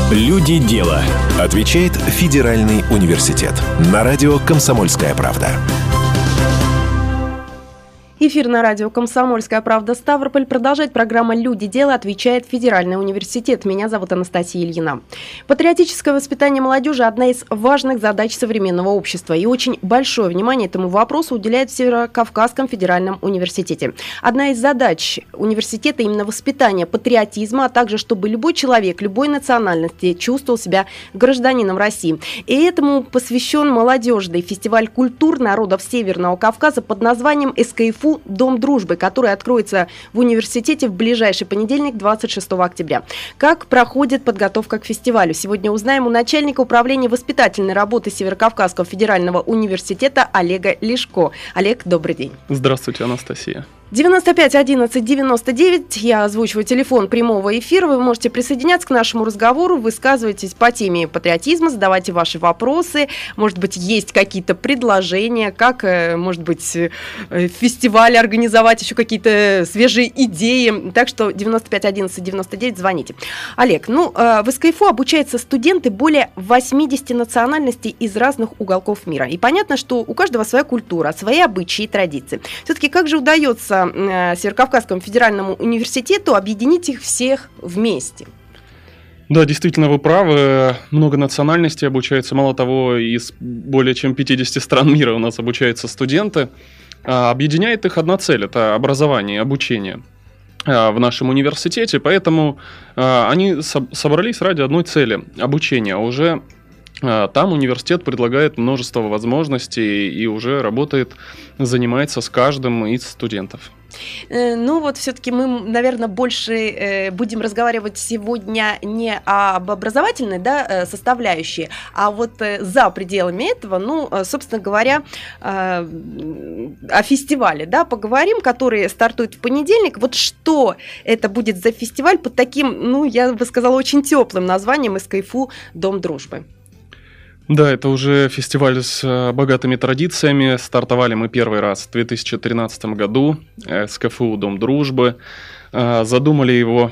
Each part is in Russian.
Люди дела. Отвечает Федеральный университет. На радио «Комсомольская правда». Эфир на радио «Комсомольская правда» Ставрополь. Продолжает программа «Люди дела», отвечает Федеральный университет. Меня зовут Анастасия Ильина. Патриотическое воспитание молодежи – одна из важных задач современного общества. И очень большое внимание этому вопросу уделяет в Северокавказском федеральном университете. Одна из задач университета – именно воспитание патриотизма, а также чтобы любой человек, любой национальности чувствовал себя гражданином России. И этому посвящен молодежный фестиваль культур народов Северного Кавказа под названием СКФУ «Дом дружбы», который откроется в университете в ближайший понедельник, 26 октября. Как проходит подготовка к фестивалю? Сегодня узнаем у начальника управления воспитательной работы Северокавказского федерального университета Олега Лешко. Олег, добрый день. Здравствуйте, Анастасия. 95 11 99, я озвучиваю телефон прямого эфира, вы можете присоединяться к нашему разговору, высказывайтесь по теме патриотизма, задавайте ваши вопросы, может быть, есть какие-то предложения, как, может быть, фестиваль организовать, еще какие-то свежие идеи, так что 95 11 99, звоните. Олег, в СКФУ обучаются студенты более 80 национальностей из разных уголков мира, и понятно, что у каждого своя культура, свои обычаи и традиции. Все-таки как же удается Северокавказскому федеральному университету объединить их всех вместе? Да, действительно, вы правы. Много национальностей обучается. Мало того, из более чем 50 стран мира у нас обучаются студенты. Объединяет их одна цель – это образование, обучение в нашем университете. Поэтому они собрались ради одной цели – обучения. Уже там университет предлагает множество возможностей и уже работает, занимается с каждым из студентов. Все-таки мы, наверное, больше будем разговаривать сегодня не об образовательной составляющей, а вот за пределами этого, собственно говоря, о фестивале, поговорим, который стартует в понедельник. Вот что это будет за фестиваль под таким, я бы сказала, очень теплым названием СКФУ «Дом дружбы». Да, это уже фестиваль с богатыми традициями. Стартовали мы первый раз в 2013 году. СКФУ «Дом дружбы». Задумали его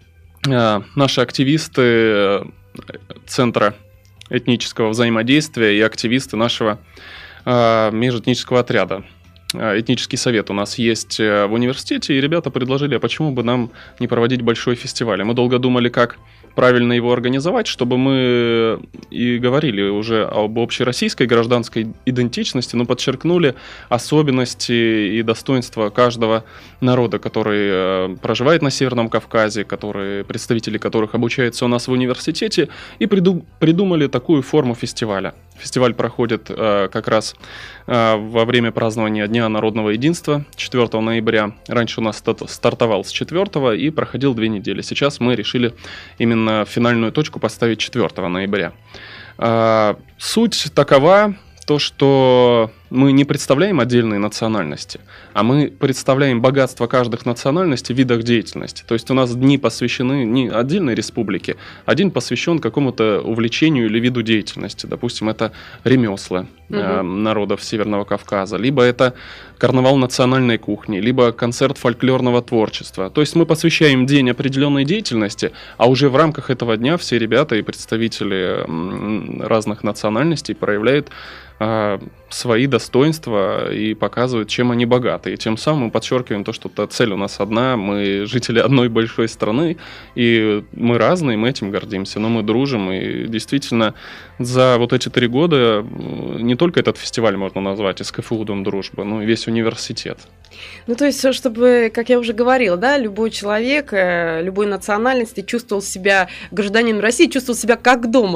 наши активисты Центра этнического взаимодействия и активисты нашего межэтнического отряда. Этнический совет у нас есть в университете, и ребята предложили, а почему бы нам не проводить большой фестиваль. Мы долго думали, как правильно его организовать, чтобы мы и говорили уже об общероссийской гражданской идентичности, но подчеркнули особенности и достоинства каждого народа, который проживает на Северном Кавказе, представители которых обучаются у нас в университете, и придумали такую форму фестиваля. Фестиваль проходит как раз во время празднования Дня народного единства 4 ноября. Раньше у нас стартовал с 4 и проходил 2 недели. Сейчас мы решили именно финальную точку поставить 4 ноября. Суть такова, то, что мы не представляем отдельные национальности, а мы представляем богатство каждых национальностей в видах деятельности. То есть у нас дни посвящены не отдельной республике, а день посвящен какому-то увлечению или виду деятельности. Допустим, это ремесла народов Северного Кавказа, либо это карнавал национальной кухни, либо концерт фольклорного творчества. То есть мы посвящаем день определенной деятельности, а уже в рамках этого дня все ребята и представители разных национальностей проявляют свои достоинства и показывают, чем они богаты. И тем самым мы подчеркиваем то, что цель у нас одна, мы жители одной большой страны, и мы разные, мы этим гордимся, но мы дружим. И действительно, за вот эти 3 года не только этот фестиваль можно назвать СКФУ «Дом дружбы», но и весь университет. То есть, чтобы, как я уже говорила, любой человек, любой национальности чувствовал себя гражданином России, чувствовал себя как дома,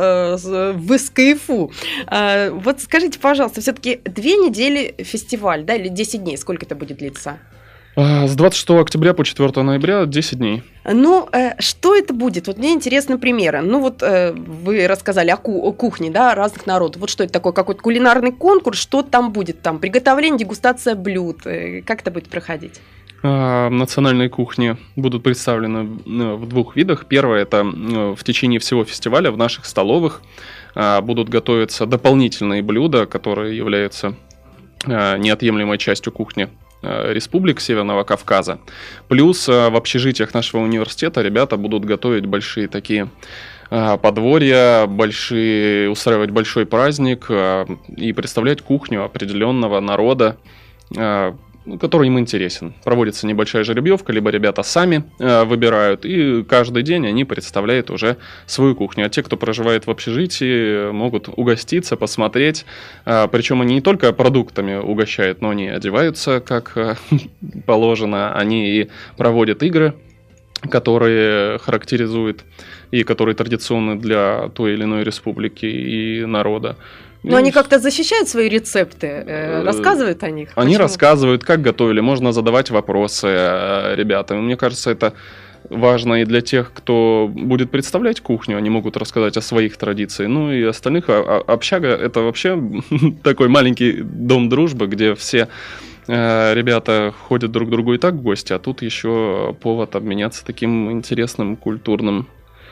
в СКФУ. Вот скажите, пожалуйста, все-таки 2 недели фестиваль, или 10 дней, сколько это будет длиться? С 26 октября по 4 ноября 10 дней. Что это будет? Вот мне интересны примеры. Вы рассказали о кухне, разных народов. Вот что это такое? Какой-то кулинарный конкурс? Что там будет? Там приготовление, дегустация блюд. Как это будет проходить? Национальные кухни будут представлены в 2 видах. Первое – это в течение всего фестиваля в наших столовых будут готовиться дополнительные блюда, которые являются неотъемлемой частью кухни республик Северного Кавказа. Плюс в общежитиях нашего университета ребята будут готовить большие такие подворья, устраивать большой праздник и представлять кухню определенного народа, который им интересен. Проводится небольшая жеребьевка, либо ребята сами выбирают, и каждый день они представляют уже свою кухню. А те, кто проживает в общежитии, могут угоститься, посмотреть. Причем они не только продуктами угощают, но они одеваются как положено, они и проводят игры, которые характеризуют и которые традиционны для той или иной республики и народа. Но они как-то защищают свои рецепты, рассказывают о них? Они рассказывают, как готовили, можно задавать вопросы ребятам. Мне кажется, это важно и для тех, кто будет представлять кухню, они могут рассказать о своих традициях. Ну и остальных. Общага – это вообще такой маленький дом дружбы, где все ребята ходят друг к другу и так в гости, а тут еще повод обменяться таким интересным культурным.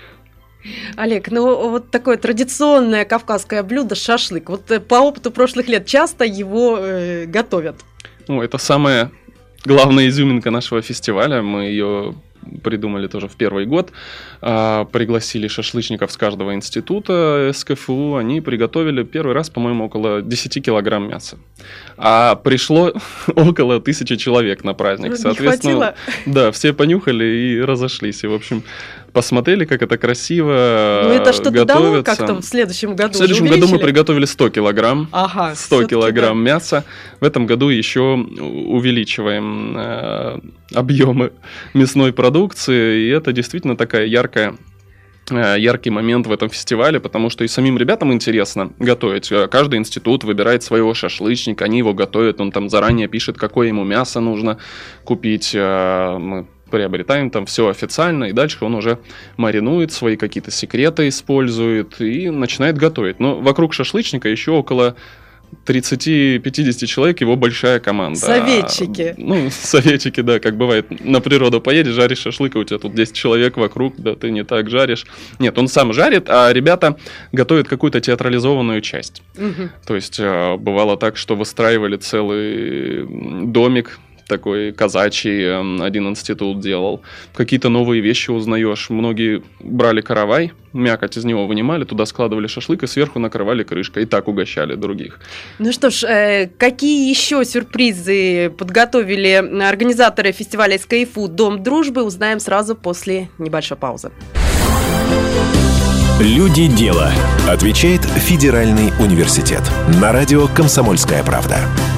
Олег, ну вот такое традиционное кавказское блюдо шашлык. Вот по опыту прошлых лет часто его готовят? Ну, это самая главная изюминка нашего фестиваля. Мы ее придумали тоже в первый год. Пригласили шашлычников с каждого института СКФУ. Они приготовили первый раз, по-моему, около 10 килограмм мяса. А пришло около 1000 человек на праздник. Соответственно, да, все понюхали и разошлись. И, в общем, посмотрели, как это красиво. Ну, это что-то дало как-то в следующем году? В следующем году мы приготовили 100 килограмм. Ага, 100 килограмм мяса. В этом году еще увеличиваем объемы мясной продукции. И это действительно такая яркий момент в этом фестивале, потому что и самим ребятам интересно готовить. Каждый институт выбирает своего шашлычника, они его готовят, он там заранее пишет, какое ему мясо нужно купить. Мы приобретаем там все официально, и дальше он уже маринует, свои какие-то секреты использует и начинает готовить. Но вокруг шашлычника еще около 30-50 человек, его большая команда. Советчики. Советчики, да, как бывает. На природу поедешь, жаришь шашлык, а у тебя тут 10 человек вокруг, да, ты не так жаришь. Нет, он сам жарит, а ребята готовят какую-то театрализованную часть. Угу. То есть бывало так, что выстраивали целый домик, такой казачий, один институт делал. Какие-то новые вещи узнаешь. Многие брали каравай, мякоть из него вынимали, туда складывали шашлык и сверху накрывали крышкой. И так угощали других. Ну что ж, какие еще сюрпризы подготовили организаторы фестиваля СКФУ «Дом дружбы», узнаем сразу после небольшой паузы. Люди дела. Отвечает Федеральный университет. На радио «Комсомольская правда».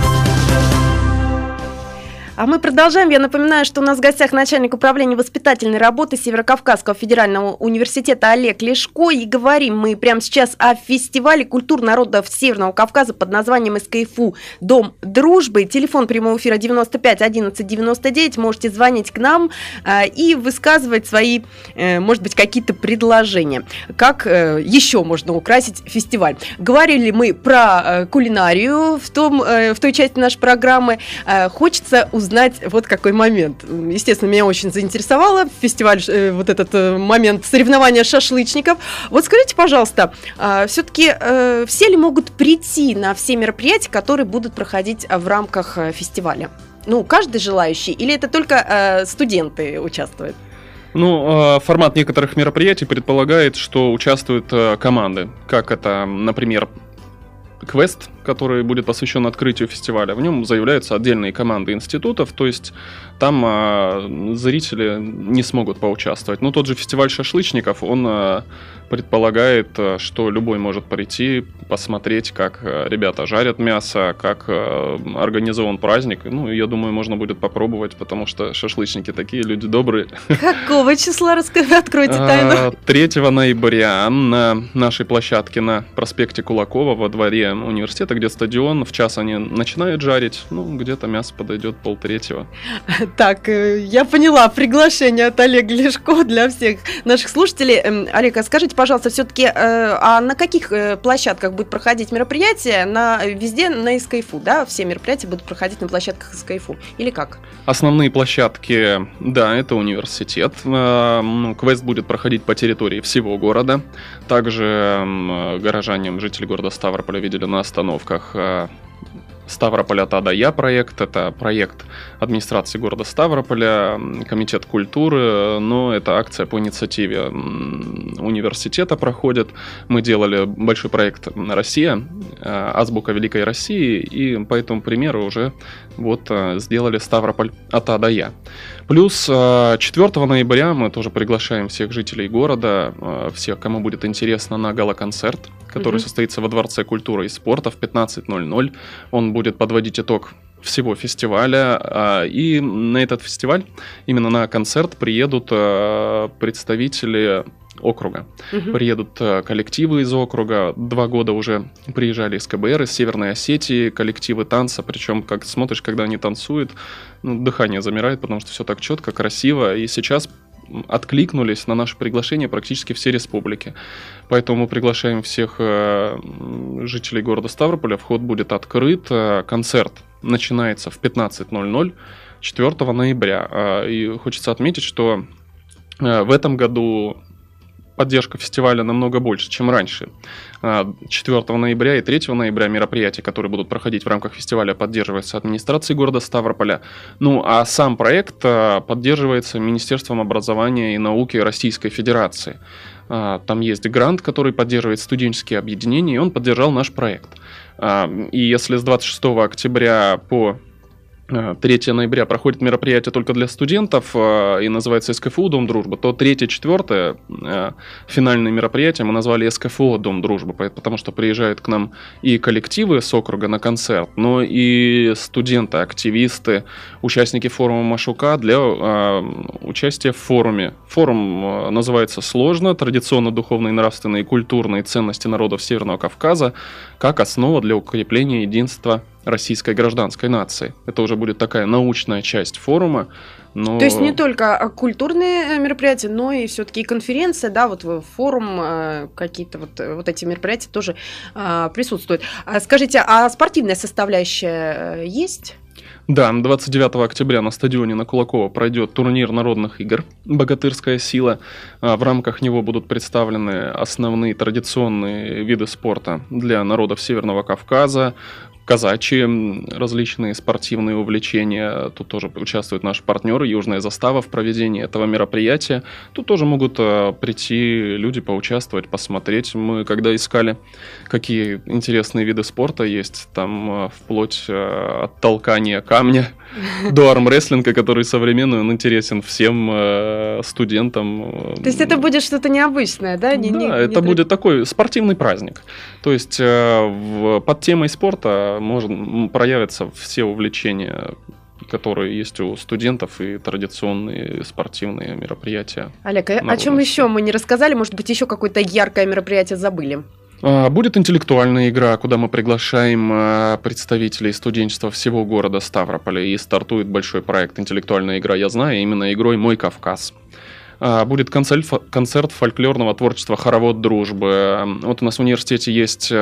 А мы продолжаем. Я напоминаю, что у нас в гостях начальник управления воспитательной работы Северо-Кавказского федерального университета Олег Лешко. И говорим мы прямо сейчас о фестивале культур народов Северного Кавказа под названием СКФУ «Дом дружбы». Телефон прямого эфира 95 11 99. Можете звонить к нам и высказывать свои, может быть, какие-то предложения. Как еще можно украсить фестиваль? Говорили мы про кулинарию в той части нашей программы. Хочется узнать вот какой момент. Естественно, меня очень заинтересовало фестиваль, вот этот момент соревнования шашлычников. Вот скажите, пожалуйста, все-таки все ли могут прийти на все мероприятия, которые будут проходить в рамках фестиваля? Ну, каждый желающий, или это только студенты участвуют? Ну, формат некоторых мероприятий предполагает, что участвуют команды, как это, например, квест, который будет посвящен открытию фестиваля. В нем заявляются отдельные команды институтов, то есть там зрители не смогут поучаствовать. Но тот же фестиваль шашлычников, он предполагает, что любой может прийти, посмотреть, как ребята жарят мясо, как организован праздник. Ну, я думаю, можно будет попробовать, потому что шашлычники такие, люди добрые. Какого числа? Откройте тайну. 3 ноября на нашей площадке на проспекте Кулакова во дворе университета, где стадион, в час они начинают жарить, ну, где-то мясо подойдет 2:30. Так, я поняла, приглашение от Олега Лешко для всех наших слушателей. Олег, а скажите, пожалуйста, все-таки, а на каких площадках будет проходить мероприятие? Везде на СКФУ, да? Все мероприятия будут проходить на площадках СКФУ, или как? Основные площадки, да, это университет. Квест будет проходить по территории всего города. Также горожане, жители города Ставрополя видели на остановках Ставрополь от А до Я проект. Это проект администрации города Ставрополя, комитет культуры, но это акция по инициативе университета проходит. Мы делали большой проект «Россия», азбука Великой России, и по этому примеру уже сделали Ставрополь от А до Я. Плюс 4 ноября мы тоже приглашаем всех жителей города, всех, кому будет интересно, на гала-концерт, который состоится во Дворце культуры и спорта в 15:00. Он будет подводить итог всего фестиваля, и на этот фестиваль, именно на концерт, приедут представители округа. Приедут коллективы из округа. 2 года уже приезжали из КБР, из Северной Осетии, коллективы танца. Причем, как смотришь, когда они танцуют, дыхание замирает, потому что все так четко, красиво. И сейчас откликнулись на наше приглашение практически все республики. Поэтому мы приглашаем всех жителей города Ставрополя. Вход будет открыт. Концерт начинается в 15:00 4 ноября. И хочется отметить, что в этом году поддержка фестиваля намного больше, чем раньше. 4 ноября и 3 ноября мероприятия, которые будут проходить в рамках фестиваля, поддерживаются администрацией города Ставрополя. Ну, а сам проект поддерживается Министерством образования и науки Российской Федерации. Там есть грант, который поддерживает студенческие объединения, и он поддержал наш проект. И если с 26 октября по 3 ноября проходит мероприятие только для студентов и называется СКФУ «Дом дружбы», то 3-4 финальное мероприятие мы назвали СКФО «Дом дружбы», потому что приезжают к нам и коллективы с округа на концерт, но и студенты, активисты, участники форума Машука для участия в форуме. Форум называется сложно «Традиционно духовные, нравственные и культурные ценности народов Северного Кавказа как основа для укрепления единства российской гражданской нации». Это уже будет такая научная часть форума. Но... То есть не только культурные мероприятия, но и все-таки конференция, да, форум, какие-то вот эти мероприятия тоже присутствуют. Скажите, а спортивная составляющая есть? Да, 29 октября на стадионе на Кулакова пройдет турнир народных игр «Богатырская сила». В рамках него будут представлены основные традиционные виды спорта для народов Северного Кавказа, казачьи различные спортивные увлечения. Тут тоже участвуют наши партнеры «Южная застава» в проведении этого мероприятия. Тут тоже могут прийти люди, поучаствовать, посмотреть. Мы когда искали, какие интересные виды спорта есть, там вплоть от толкания камня до армрестлинга, который современный, он интересен всем студентам. То есть это будет что-то необычное, да? Да, это будет такой спортивный праздник. То есть под темой спорта проявятся все увлечения, которые есть у студентов, и традиционные спортивные мероприятия. Олег, о чем еще мы не рассказали? Может быть, еще какое-то яркое мероприятие забыли? Будет интеллектуальная игра, куда мы приглашаем представителей студенчества всего города Ставрополя, и стартует большой проект «Интеллектуальная игра я знаю», именно игрой «Мой Кавказ». Будет концерт фольклорного творчества «Хоровод дружбы». Вот у нас в университете есть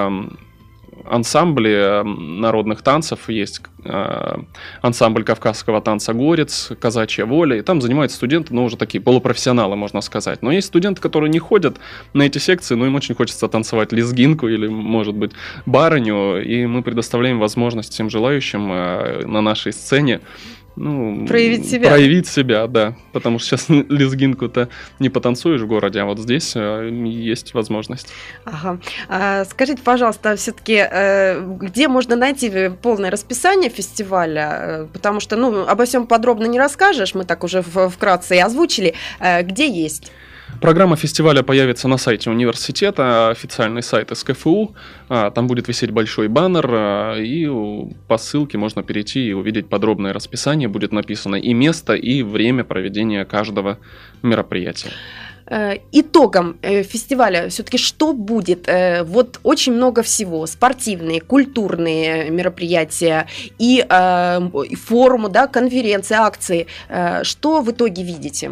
ансамбли народных танцев, есть ансамбль кавказского танца «Горец», «Казачья воля», и там занимаются студенты, но уже такие полупрофессионалы, можно сказать. Но есть студенты, которые не ходят на эти секции, но им очень хочется танцевать лезгинку или, может быть, барыню, и мы предоставляем возможность всем желающим на нашей сцене проявить себя, да, потому что сейчас лезгинку-то не потанцуешь в городе, а вот здесь есть возможность. Ага. Скажите, пожалуйста, все-таки где можно найти полное расписание фестиваля? Потому что, обо всем подробно не расскажешь, мы так уже вкратце и озвучили. Где есть? Программа фестиваля появится на сайте университета, официальный сайт СКФУ. Там будет висеть большой баннер, и по ссылке можно перейти и увидеть подробное расписание. Будет написано и место, и время проведения каждого мероприятия. Итогом фестиваля все-таки что будет? Вот очень много всего. Спортивные, культурные мероприятия и форумы, да, конференции, акции. Что в итоге видите?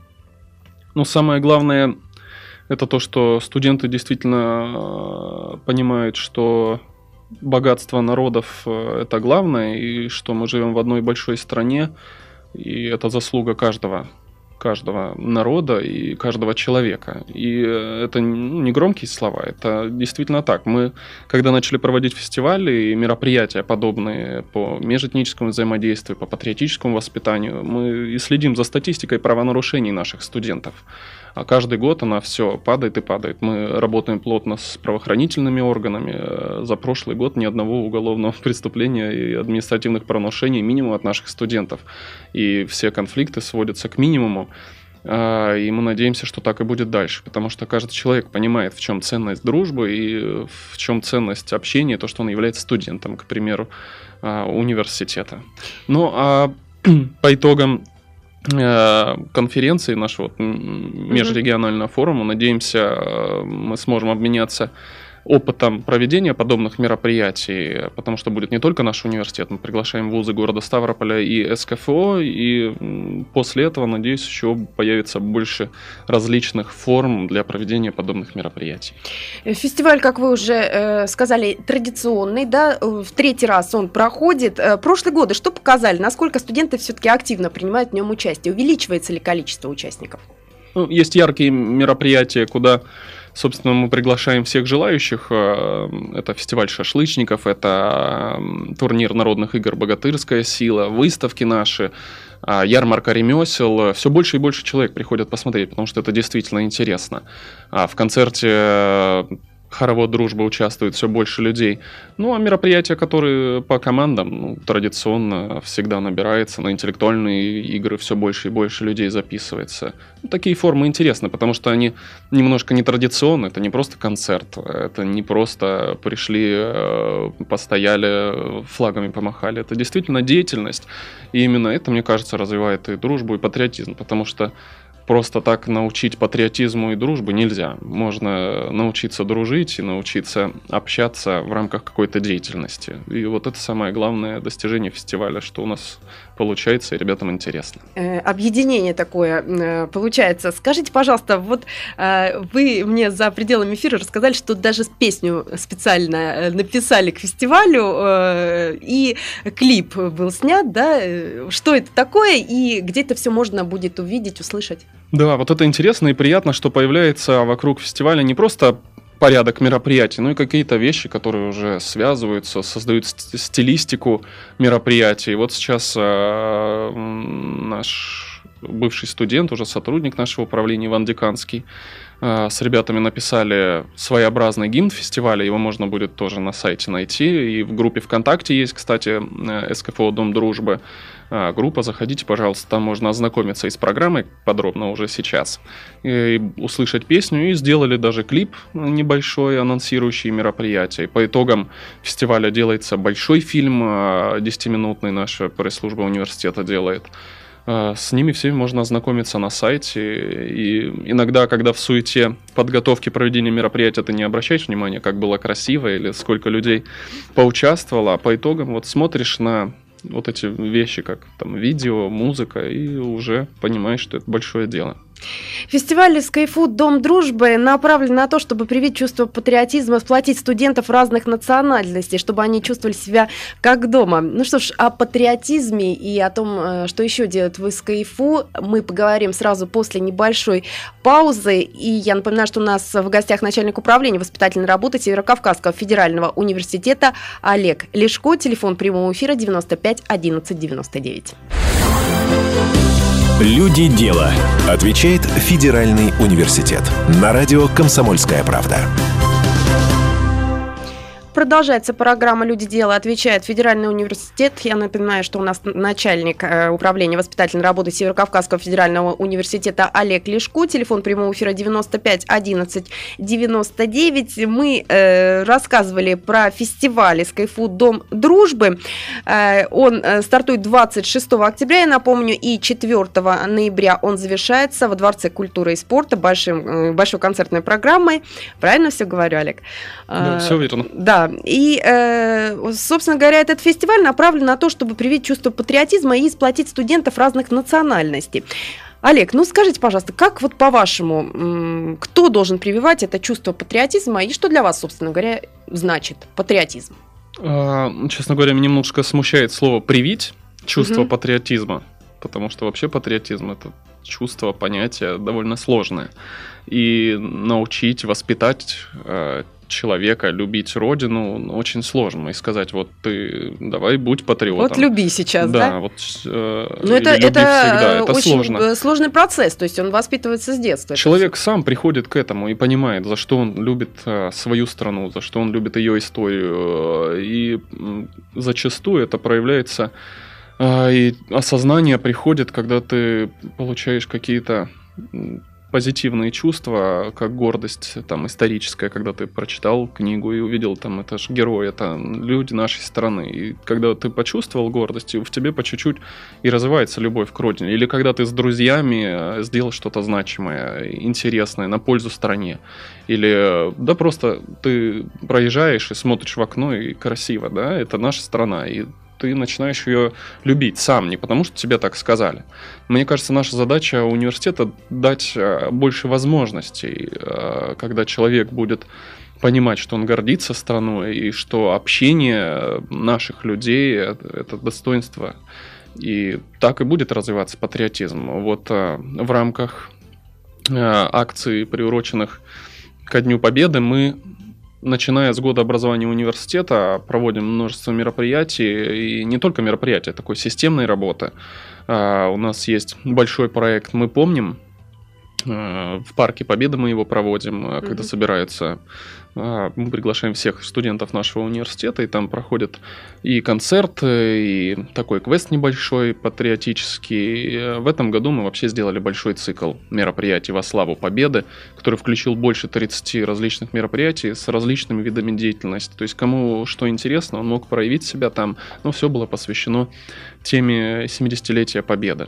Самое главное, это то, что студенты действительно понимают, что богатство народов – это главное, и что мы живем в одной большой стране, и это заслуга каждого каждого народа и каждого человека. И это не громкие слова, это действительно так. Мы, когда начали проводить фестивали и мероприятия подобные по межэтническому взаимодействию, по патриотическому воспитанию, мы и следим за статистикой правонарушений наших студентов. А каждый год она все падает и падает. Мы работаем плотно с правоохранительными органами. За прошлый год ни одного уголовного преступления и административных правонарушений минимум от наших студентов. И все конфликты сводятся к минимуму. И мы надеемся, что так и будет дальше. Потому что каждый человек понимает, в чем ценность дружбы и в чем ценность общения, то, что он является студентом, к примеру, университета. Ну, а по итогам конференции нашего межрегионального форума, надеемся, мы сможем обменяться опытом проведения подобных мероприятий, потому что будет не только наш университет, мы приглашаем вузы города Ставрополя и СКФО, и после этого, надеюсь, еще появится больше различных форм для проведения подобных мероприятий. Фестиваль, как вы уже сказали, традиционный, да, в третий раз он проходит. Прошлые годы что показали? Насколько студенты все-таки активно принимают в нем участие? Увеличивается ли количество участников? Есть яркие мероприятия, куда, собственно, мы приглашаем всех желающих. Это фестиваль шашлычников, это турнир народных игр «Богатырская сила», выставки наши, ярмарка ремесел. Все больше и больше человек приходят посмотреть, потому что это действительно интересно. В концерте хоровод «Дружба» участвует все больше людей. Ну, а мероприятия, которые по командам, традиционно всегда набирается, на интеллектуальные игры все больше и больше людей записывается. Такие формы интересны, потому что они немножко нетрадиционны. Это не просто концерт, это не просто пришли, постояли, флагами помахали. Это действительно деятельность. И именно это, мне кажется, развивает и дружбу, и патриотизм, потому что просто так научить патриотизму и дружбе нельзя. Можно научиться дружить и научиться общаться в рамках какой-то деятельности. И вот это самое главное достижение фестиваля, что у нас получается, и ребятам интересно. Объединение такое получается. Скажите, пожалуйста, вот вы мне за пределами эфира рассказали, что даже песню специально написали к фестивалю, и клип был снят, да? Что это такое, и где это все можно будет увидеть, услышать? Да, вот это интересно и приятно, что появляется вокруг фестиваля не просто порядок мероприятий, но и какие-то вещи, которые уже связываются, создают стилистику мероприятий. Вот сейчас наш бывший студент, уже сотрудник нашего управления Иван Диканский, с ребятами написали своеобразный гимн фестиваля, его можно будет тоже на сайте найти, и в группе ВКонтакте есть, кстати, СКФО «Дом дружбы». Группа, заходите, пожалуйста, там можно ознакомиться и с программой подробно уже сейчас, и услышать песню, и сделали даже клип небольшой, анонсирующий мероприятие. По итогам фестиваля делается большой фильм, 10-минутный, наша пресс-служба университета делает. С ними всеми можно ознакомиться на сайте, и иногда, когда в суете подготовки проведения мероприятия ты не обращаешь внимания, как было красиво или сколько людей поучаствовало, а по итогам вот смотришь на вот эти вещи, как там видео, музыка, и уже понимаешь, что это большое дело. Фестиваль СКФУ «Дом дружбы» направлен на то, чтобы привить чувство патриотизма, сплотить студентов разных национальностей, чтобы они чувствовали себя как дома. Ну что ж, о патриотизме и о том, что еще делают в СКФУ, мы поговорим сразу после небольшой паузы. И я напоминаю, что у нас в гостях начальник управления воспитательной работы Северокавказского федерального университета Олег Лешко. Телефон прямого эфира 95 11 99. «Люди дела», отвечает Федеральный университет. На радио «Комсомольская правда». Продолжается программа «Люди дела», отвечает Федеральный университет. Я напоминаю, что у нас начальник управления воспитательной работы Северокавказского федерального университета Олег Лешко. Телефон прямого эфира 95 11 99. Мы рассказывали про фестиваль СКФУ «Дом дружбы». Он стартует 26 октября, я напомню, и 4 ноября он завершается во Дворце культуры и спорта большой концертной программой. Правильно все говорю, Олег? Да, все верно. Да. И, собственно говоря, этот фестиваль направлен на то, чтобы привить чувство патриотизма и сплотить студентов разных национальностей. Олег, ну скажите, пожалуйста, как вот по-вашему, кто должен прививать это чувство патриотизма и что для вас, собственно говоря, значит патриотизм? Честно говоря, меня немножко смущает слово «привить» чувство патриотизма, потому что вообще патриотизм — это чувство, понятие довольно сложное. И научить, воспитать человека любить родину очень сложно. И сказать, вот ты давай будь патриотом. Вот люби сейчас, да? Да, вот это очень сложно. Сложный процесс, то есть он воспитывается с детства. Человек сам приходит к этому и понимает, за что он любит свою страну, за что он любит ее историю. И зачастую это проявляется, и осознание приходит, когда ты получаешь какие-то позитивные чувства, как гордость там историческая, когда ты прочитал книгу и увидел, там, это же герои, это люди нашей страны. И когда ты почувствовал гордость, и в тебе по чуть-чуть и развивается любовь к родине. Или когда ты с друзьями сделал что-то значимое, интересное, на пользу стране. Или, да, просто ты проезжаешь и смотришь в окно, и красиво, да, это наша страна, и ты начинаешь ее любить сам, не потому что тебе так сказали. Мне кажется, наша задача университета дать больше возможностей, когда человек будет понимать, что он гордится страной, и что общение наших людей – это достоинство. И так и будет развиваться патриотизм. Вот в рамках акций, приуроченных ко Дню Победы, мы, начиная с года образования университета, проводим множество мероприятий, и не только мероприятия, такой системной работы. У нас есть большой проект «Мы помним». В Парке Победы мы его проводим, когда собираются. Мы приглашаем всех студентов нашего университета, и там проходят и концерты, и такой квест небольшой, патриотический. В этом году мы вообще сделали большой цикл мероприятий во славу Победы, который включил больше 30 различных мероприятий с различными видами деятельности. То есть кому что интересно, он мог проявить себя там, но все было посвящено теме 70-летия Победы.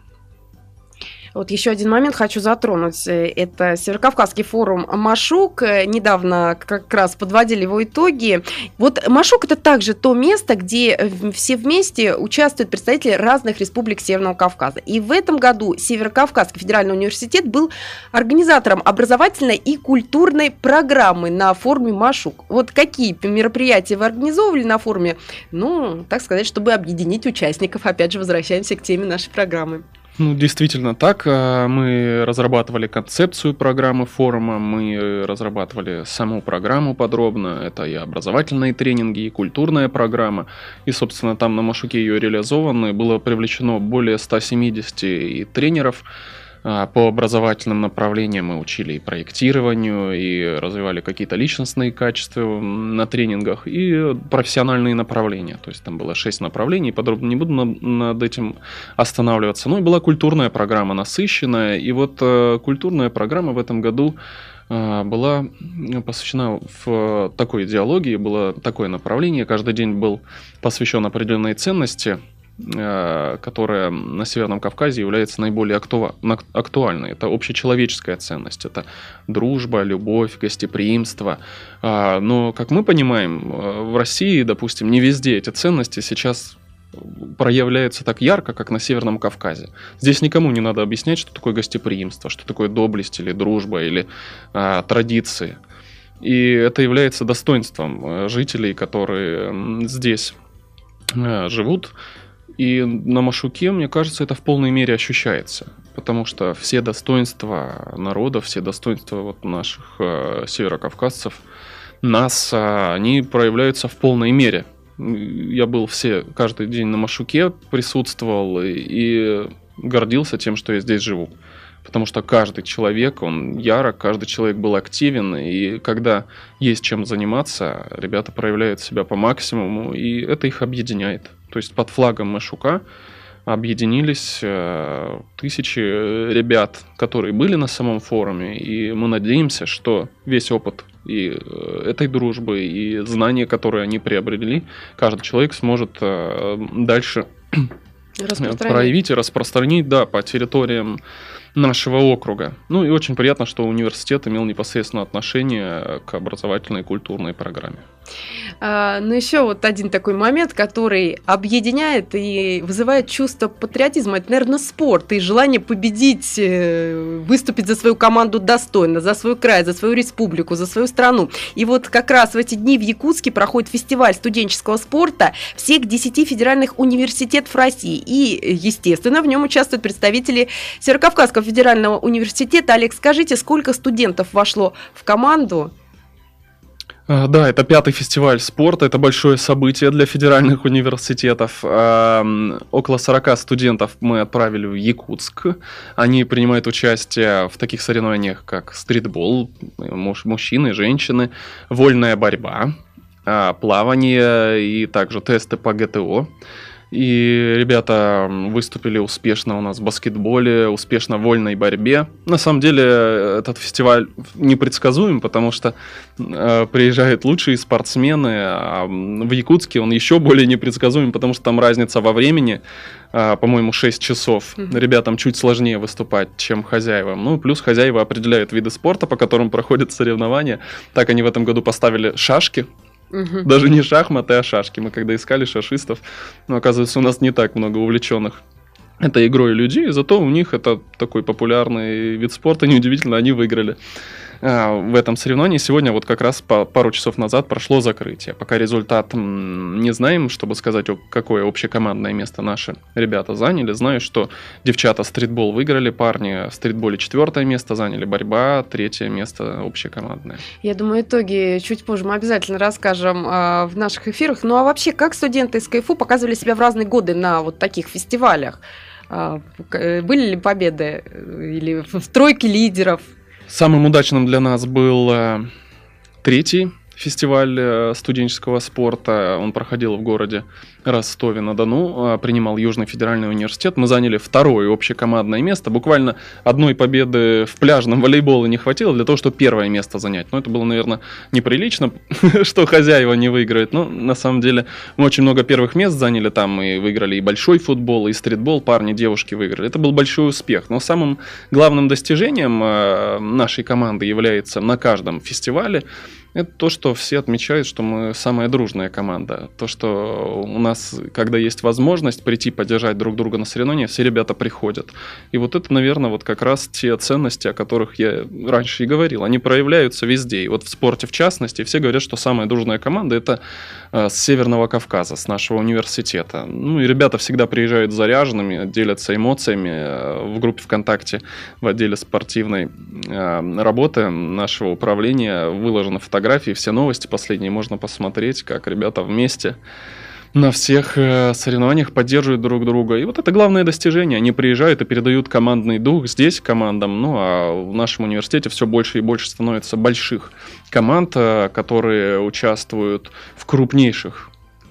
Вот еще один момент хочу затронуть. Это Северокавказский форум «Машук». Недавно как раз подводили его итоги. Вот «Машук» — это также то место, где все вместе участвуют представители разных республик Северного Кавказа. И в этом году Северокавказский федеральный университет был организатором образовательной и культурной программы на форуме «Машук». Вот какие мероприятия вы организовывали на форуме? Ну, так сказать, чтобы объединить участников. Опять же, возвращаемся к теме нашей программы. Ну, действительно так. Мы разрабатывали концепцию программы форума, мы разрабатывали саму программу подробно. Это и образовательные тренинги, и культурная программа. И, собственно, там на Машуке ее реализованы. Было привлечено более 170 и тренеров. По образовательным направлениям мы учили и проектированию, и развивали какие-то личностные качества на тренингах, и профессиональные направления. То есть там было 6 направлений, подробно не буду над этим останавливаться. Ну и была культурная программа насыщенная, и вот культурная программа в этом году была посвящена в такой идеологии, было такое направление, каждый день был посвящен определенной ценности, которая на Северном Кавказе является наиболее актуальной. Это общечеловеческая ценность, это дружба, любовь, гостеприимство. Но, как мы понимаем, в России, допустим, не везде эти ценности сейчас проявляются так ярко, как на Северном Кавказе. Здесь никому не надо объяснять, что такое гостеприимство, что такое доблесть или дружба, или традиции. И это является достоинством жителей, которые здесь живут. И на Машуке, мне кажется, это в полной мере ощущается, потому что все достоинства народа, все достоинства вот наших северокавказцев, они проявляются в полной мере. Я был каждый день на Машуке, присутствовал и гордился тем, что я здесь живу. Потому что каждый человек, он ярок, каждый человек был активен, и когда есть чем заниматься, ребята проявляют себя по максимуму, и это их объединяет. То есть под флагом Машука объединились тысячи ребят, которые были на самом форуме, и мы надеемся, что весь опыт и этой дружбы, и знания, которые они приобрели, каждый человек сможет дальше проявить и распространить, да, по территориям нашего округа. Ну и очень приятно, что университет имел непосредственное отношение к образовательной и культурной программе. Но еще вот один такой момент, который объединяет и вызывает чувство патриотизма. Это, наверное, спорт и желание победить, выступить за свою команду достойно, за свой край, за свою республику, за свою страну. И вот как раз в эти дни в Якутске проходит фестиваль студенческого спорта всех 10 федеральных университетов России. И, естественно, в нем участвуют представители Северокавказского федерального университета. Олег, скажите, сколько студентов вошло в команду? Да, это 5-й фестиваль спорта, это большое событие для федеральных университетов. Около 40 студентов мы отправили в Якутск. Они принимают участие в таких соревнованиях, как стритбол, мужчины, женщины, вольная борьба, плавание и также тесты по ГТО. И ребята выступили успешно у нас в баскетболе, успешно в вольной борьбе. На самом деле этот фестиваль непредсказуем, потому что приезжают лучшие спортсмены, а в Якутске он еще более непредсказуем, потому что там разница во времени, по-моему, 6 часов. Ребятам чуть сложнее выступать, чем хозяевам. Ну, плюс хозяева определяют виды спорта, по которым проходят соревнования. Так они в этом году поставили шашки. Даже не шахматы, а шашки. Мы когда искали шашистов, но оказывается, у нас не так много увлеченных этой игрой людей, зато у них это такой популярный вид спорта, неудивительно, они выиграли в этом соревновании. Сегодня вот как раз пару часов назад прошло закрытие. Пока результат не знаем, чтобы сказать, какое общекомандное место наши ребята заняли. Знаю, что девчата стритбол выиграли, парни в стритболе 4-е место заняли, борьба 3-е место общекомандное. Я думаю, итоги чуть позже мы обязательно расскажем в наших эфирах. Ну а вообще, как студенты из КФУ показывали себя в разные годы на вот таких фестивалях? Были ли победы или в тройке лидеров? Самым удачным для нас был 3-й фестиваль студенческого спорта. Он проходил в городе Ростове-на-Дону, принимал Южный федеральный университет. Мы заняли 2-е общекомандное место. Буквально одной победы в пляжном волейболе не хватило для того, чтобы 1-е место занять. Но это было, наверное, неприлично, что хозяева не выиграют. Но на самом деле мы очень много первых мест заняли там. Мы выиграли и большой футбол, и стритбол. Парни, девушки выиграли. Это был большой успех. Но самым главным достижением нашей команды является на каждом фестивале это то, что все отмечают, что мы самая дружная команда. То, что у нас, когда есть возможность прийти поддержать друг друга на соревнования, все ребята приходят. И вот это, наверное, вот как раз те ценности, о которых я раньше и говорил. Они проявляются везде. И вот в спорте в частности. Все говорят, что самая дружная команда – это с Северного Кавказа, с нашего университета. Ну и ребята всегда приезжают заряженными, делятся эмоциями. В группе ВКонтакте в отделе спортивной работы нашего управления выложена фотография. Все новости последние можно посмотреть, как ребята вместе на всех соревнованиях поддерживают друг друга. И вот это главное достижение. Они приезжают и передают командный дух здесь командам. Ну а в нашем университете все больше и больше становится больших команд, которые участвуют в крупнейших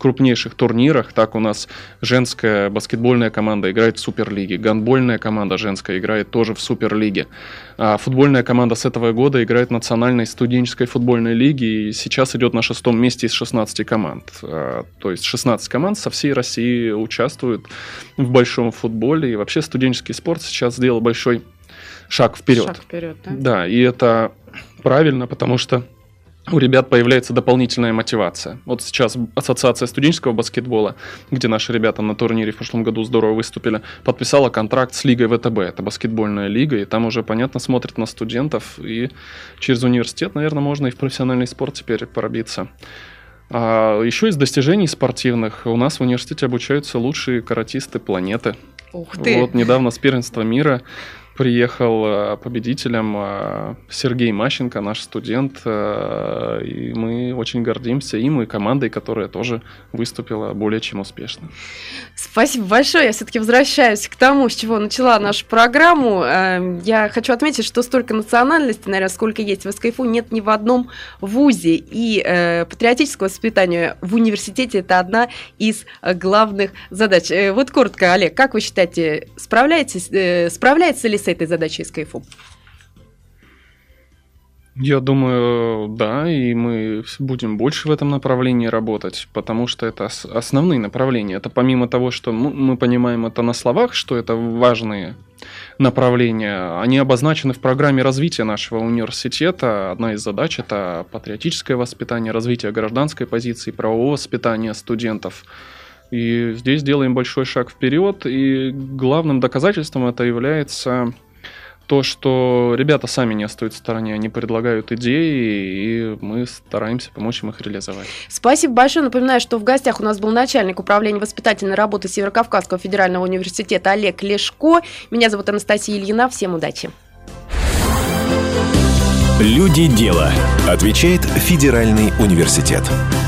турнирах. Так у нас женская баскетбольная команда играет в Суперлиге, гандбольная команда женская играет тоже в Суперлиге. А футбольная команда с этого года играет в национальной студенческой футбольной лиге и сейчас идет на 6-м месте из 16 команд. То есть 16 команд со всей России участвуют в большом футболе. И вообще студенческий спорт сейчас сделал большой шаг вперед. Шаг вперед, да? Да, и это правильно, потому что у ребят появляется дополнительная мотивация. Вот сейчас Ассоциация студенческого баскетбола, где наши ребята на турнире в прошлом году здорово выступили, подписала контракт с Лигой ВТБ. Это баскетбольная лига, и там уже, понятно, смотрят на студентов. И через университет, наверное, можно и в профессиональный спорт теперь пробиться. А еще из достижений спортивных у нас в университете обучаются лучшие каратисты планеты. Ух ты! Вот недавно с первенства мира приехал победителем Сергей Мащенко, наш студент, и мы очень гордимся им и командой, которая тоже выступила более чем успешно. Спасибо большое. Я все-таки возвращаюсь к тому, с чего начала нашу программу. Я хочу отметить, что столько национальностей, наверное, сколько есть в СКФУ, нет ни в одном вузе. И патриотическое воспитание в университете – это одна из главных задач. Вот коротко, Олег, как вы считаете, справляется ли с этой задачей СКФУ? Я думаю, да, и мы будем больше в этом направлении работать, потому что это основные направления. Это помимо того, что мы понимаем это на словах, что это важные направления, они обозначены в программе развития нашего университета. Одна из задач – это патриотическое воспитание, развитие гражданской позиции, правового воспитания студентов. И здесь делаем большой шаг вперед, и главным доказательством это является то, что ребята сами не остаются в стороне, они предлагают идеи, и мы стараемся помочь им их реализовать. Спасибо большое. Напоминаю, что в гостях у нас был начальник управления воспитательной работы Северокавказского федерального университета Олег Лешко. Меня зовут Анастасия Ильина. Всем удачи. Люди дела. Отвечает Федеральный университет.